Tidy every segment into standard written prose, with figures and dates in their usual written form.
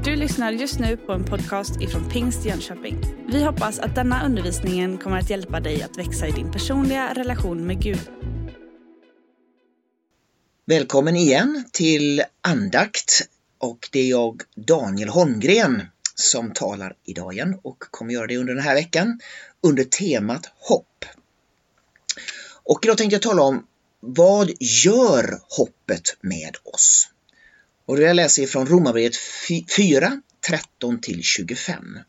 Du lyssnar just nu på en podcast ifrån Pingst Jönköping. Vi hoppas att denna undervisning kommer att hjälpa dig att växa i din personliga relation med Gud. Välkommen igen till andakt, och det är jag, Daniel Holmgren, som talar idag igen och kommer göra det under den här veckan under temat hopp. Och idag tänkte jag tala om vad gör hoppet med oss? Och det jag läser från Romarbrevet 4, 13-25.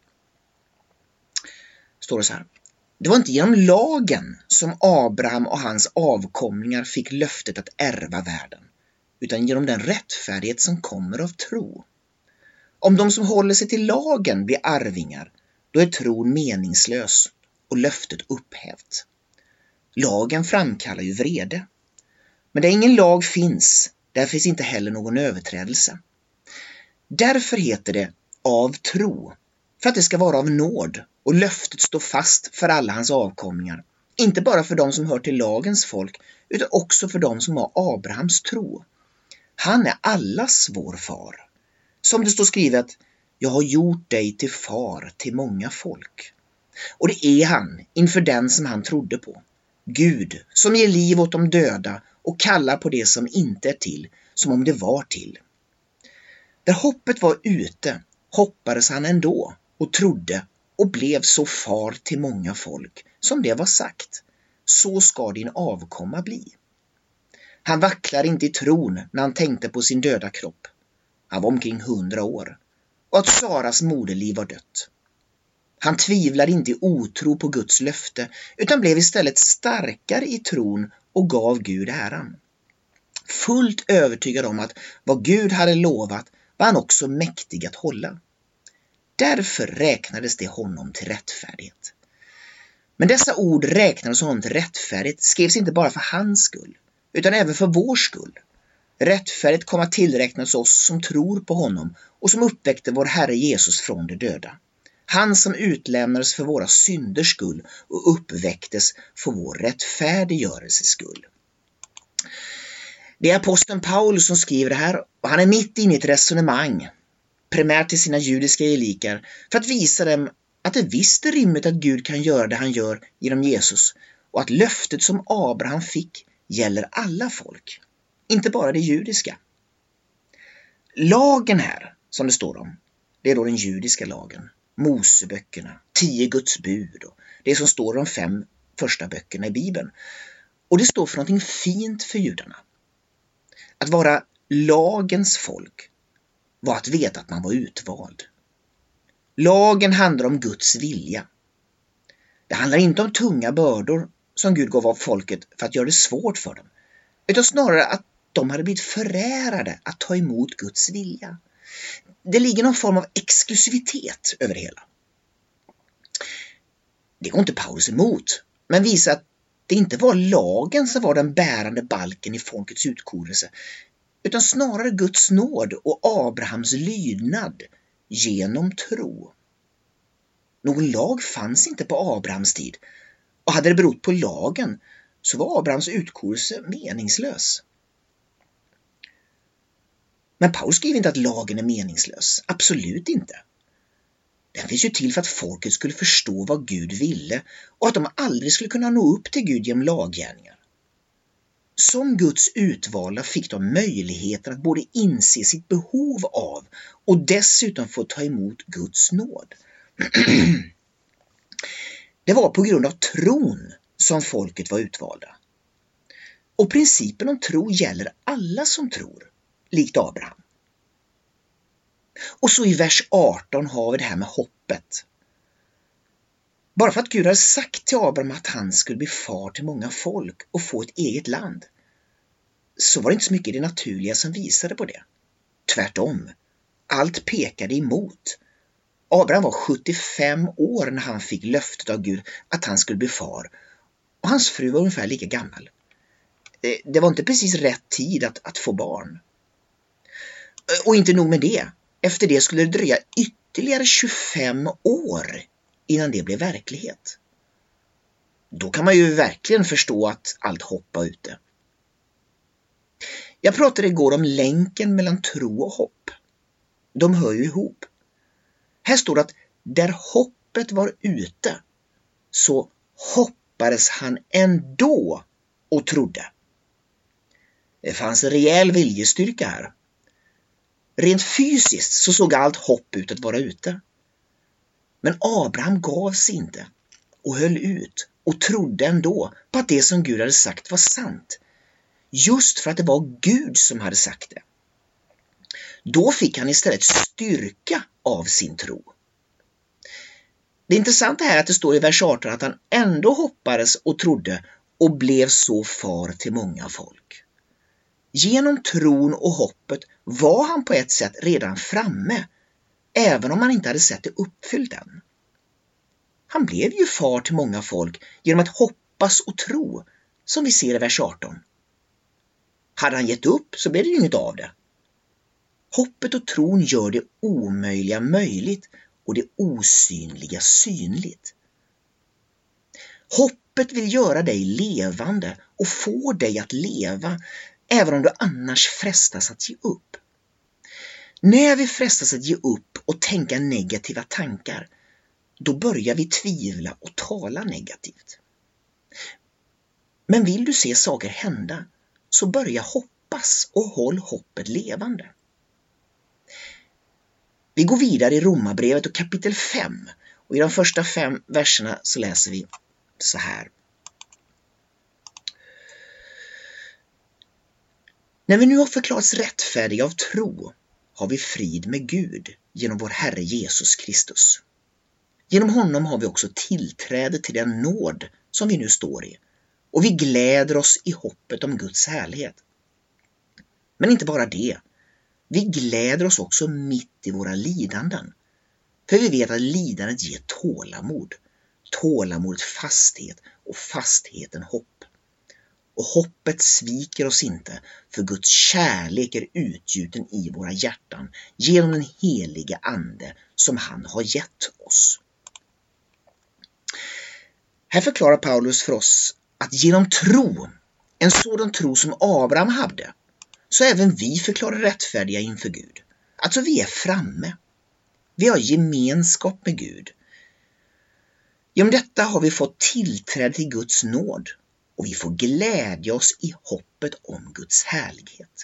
Står det så här. Det var inte genom lagen som Abraham och hans avkomlingar fick löftet att ärva världen, utan genom den rättfärdighet som kommer av tro. Om de som håller sig till lagen blir arvingar, då är tron meningslös och löftet upphävt. Lagen framkallar ju vrede. Men där ingen lag finns, där finns inte heller någon överträdelse. Därför heter det av tro, för att det ska vara av nåd, och löftet står fast för alla hans avkomlingar. Inte bara för de som hör till lagens folk, utan också för de som har Abrahams tro. Han är allas vår far. Som det står skrivet, jag har gjort dig till far till många folk. Och det är han inför den som han trodde på. Gud som ger liv åt de döda och kallar på det som inte är till som om det var till. Där hoppet var ute hoppades han ändå och trodde och blev så far till många folk som det var sagt. Så ska din avkomma bli. Han vacklar inte i tron när han tänkte på sin döda kropp. Han var omkring 100 år och att Saras moderliv var dött. Han tvivlade inte i otro på Guds löfte utan blev istället starkare i tron och gav Gud äran. Fullt övertygad om att vad Gud hade lovat var han också mäktig att hålla. Därför räknades det honom till rättfärdighet. Men dessa ord räknades honom till rättfärdighet skrevs inte bara för hans skull utan även för vår skull. Rättfärdighet kom att tillräknas oss som tror på honom och som uppväckte vår Herre Jesus från de döda. Han som utlämnades för våra synders skull och uppväcktes för vår rättfärdiggörelses skull. Det är aposteln Paulus som skriver det här, och han är mitt inne i ett resonemang, primärt till sina judiska gelikar, för att visa dem att det visst är rimligt att Gud kan göra det han gör genom Jesus och att löftet som Abraham fick gäller alla folk, inte bara det judiska. Lagen här, som det står om, det är då den judiska lagen. Moseböckerna, 10 Guds bud och det som står de 5 första böckerna i Bibeln. Och det står för någonting fint för judarna. Att vara lagens folk var att veta att man var utvald. Lagen handlar om Guds vilja. Det handlar inte om tunga bördor som Gud gav av folket för att göra det svårt för dem, utan snarare att de hade blivit förärade att ta emot Guds vilja. Det ligger någon form av exklusivitet över det hela. Det går inte Paulus emot, men visar att det inte var lagen som var den bärande balken i folkets utkorelse, utan snarare Guds nåd och Abrahams lydnad genom tro. Någon lag fanns inte på Abrahams tid, och hade det berott på lagen så var Abrahams utkorelse meningslös. Men Paulus skriver inte att lagen är meningslös. Absolut inte. Den finns ju till för att folket skulle förstå vad Gud ville och att de aldrig skulle kunna nå upp till Gud genom laggärningar. Som Guds utvalda fick de möjligheten att både inse sitt behov av och dessutom få ta emot Guds nåd. Det var på grund av tron som folket var utvalda. Och principen om tro gäller alla som tror, likt Abraham. Och så i vers 18 har vi det här med hoppet. Bara för att Gud hade sagt till Abraham att han skulle bli far till många folk och få ett eget land, så var det inte så mycket det naturliga som visade på det. Tvärtom, allt pekade emot. Abraham var 75 år när han fick löftet av Gud att han skulle bli far, och hans fru var ungefär lika gammal. Det var inte precis rätt tid att få barn. Och inte nog med det. Efter det skulle det dröja ytterligare 25 år innan det blev verklighet. Då kan man ju verkligen förstå att allt hopp var ute. Jag pratade igår om länken mellan tro och hopp. De hör ju ihop. Här står det att där hoppet var ute så hoppades han ändå och trodde. Det fanns en rejäl viljestyrka här. Rent fysiskt så såg allt hopp ut att vara ute. Men Abraham gav sig inte och höll ut och trodde ändå på att det som Gud hade sagt var sant. Just för att det var Gud som hade sagt det. Då fick han istället styrka av sin tro. Det intressanta här är att det står i vers 18 att han ändå hoppades och trodde och blev så far till många folk. Genom tron och hoppet var han på ett sätt redan framme, även om han inte hade sett det uppfyllt än. Han blev ju far till många folk genom att hoppas och tro, som vi ser i vers 18. Hade han gett upp så blev det ju inget av det. Hoppet och tron gör det omöjliga möjligt och det osynliga synligt. Hoppet vill göra dig levande och få dig att leva, även om du annars frestas att ge upp. När vi frestas att ge upp och tänka negativa tankar, då börjar vi tvivla och tala negativt. Men vill du se saker hända, så börja hoppas och håll hoppet levande. Vi går vidare i Romarbrevet och kapitel 5. Och i de första 5 verserna så läser vi så här. När vi nu har förklarats rättfärdiga av tro har vi frid med Gud genom vår Herre Jesus Kristus. Genom honom har vi också tillträde till den nåd som vi nu står i. Och vi gläder oss i hoppet om Guds härlighet. Men inte bara det. Vi gläder oss också mitt i våra lidanden. För vi vet att lidandet ger tålamod. Tålamodet fasthet och fastheten hopp. Och hoppet sviker oss inte, för Guds kärlek är utgjuten i våra hjärtan genom den heliga ande som han har gett oss. Här förklarar Paulus för oss att genom tro, en sådan tro som Abraham hade, så även vi förklarar rättfärdiga inför Gud. Alltså vi är framme. Vi har gemenskap med Gud. Genom detta har vi fått tillträde till Guds nåd och vi får glädja oss i hoppet om Guds härlighet.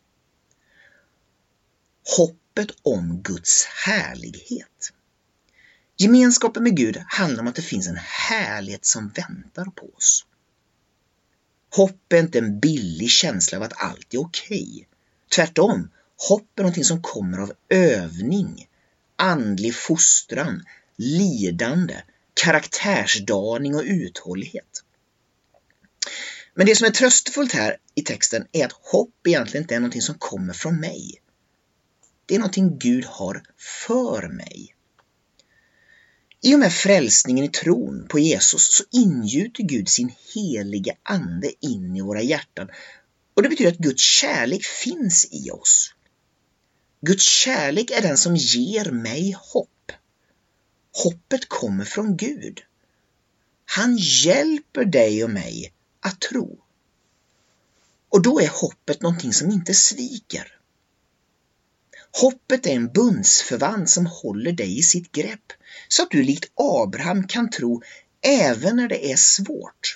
Hoppet om Guds härlighet. Gemenskapen med Gud handlar om att det finns en härlighet som väntar på oss. Hopp är inte en billig känsla av att allt är okej. Tvärtom, hopp är något som kommer av övning, andlig fostran, lidande, karaktärsdaning och uthållighet. Men det som är tröstfullt här i texten är att hopp egentligen inte är något som kommer från mig. Det är något Gud har för mig. I och med frälsningen i tron på Jesus så ingjuter Gud sin heliga ande in i våra hjärtan. Och det betyder att Guds kärlek finns i oss. Guds kärlek är den som ger mig hopp. Hoppet kommer från Gud. Han hjälper dig och mig att tro. Och då är hoppet någonting som inte sviker. Hoppet är en bundsförvant som håller dig i sitt grepp, så att du likt Abraham kan tro även när det är svårt.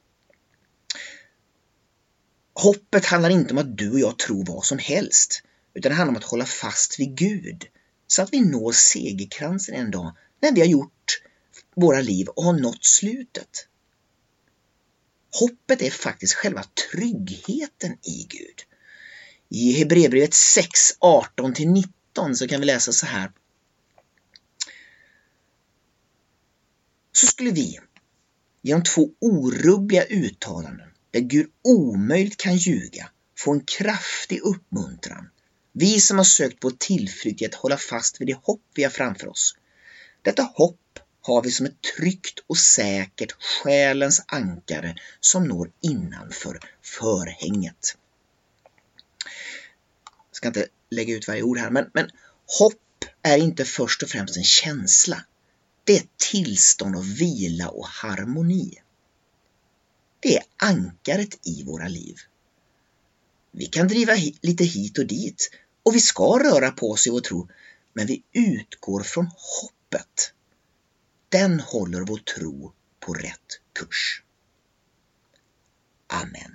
Hoppet handlar inte om att du och jag tror vad som helst, utan det handlar om att hålla fast vid Gud, så att vi når segerkransen en dag när vi har gjort våra liv och har nått slutet. Hoppet är faktiskt själva tryggheten i Gud. I Hebreerbrevet 6, 18-19 så kan vi läsa så här. Så skulle vi genom 2 orubbliga uttalanden där Gud omöjligt kan ljuga få en kraftig uppmuntran. Vi som har sökt på tillflykt i att hålla fast vid det hopp vi har framför oss. Detta hopp har vi som ett tryggt och säkert själens ankare som når innanför förhänget. Jag ska inte lägga ut varje ord här, men hopp är inte först och främst en känsla. Det är ett tillstånd av vila och harmoni. Det är ankaret i våra liv. Vi kan driva lite hit och dit Och vi ska röra på oss i vår tro, men vi utgår från hoppet. Den håller vår tro på rätt kurs. Amen.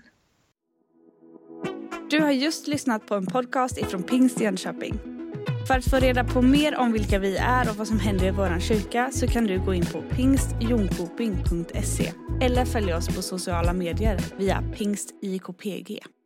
Du har just lyssnat på en podcast ifrån Pingst Jönköping. För att få reda på mer om vilka vi är och vad som händer i vår kyrka så kan du gå in på pingstjonkoping.se eller följa oss på sociala medier via pingstjkpg.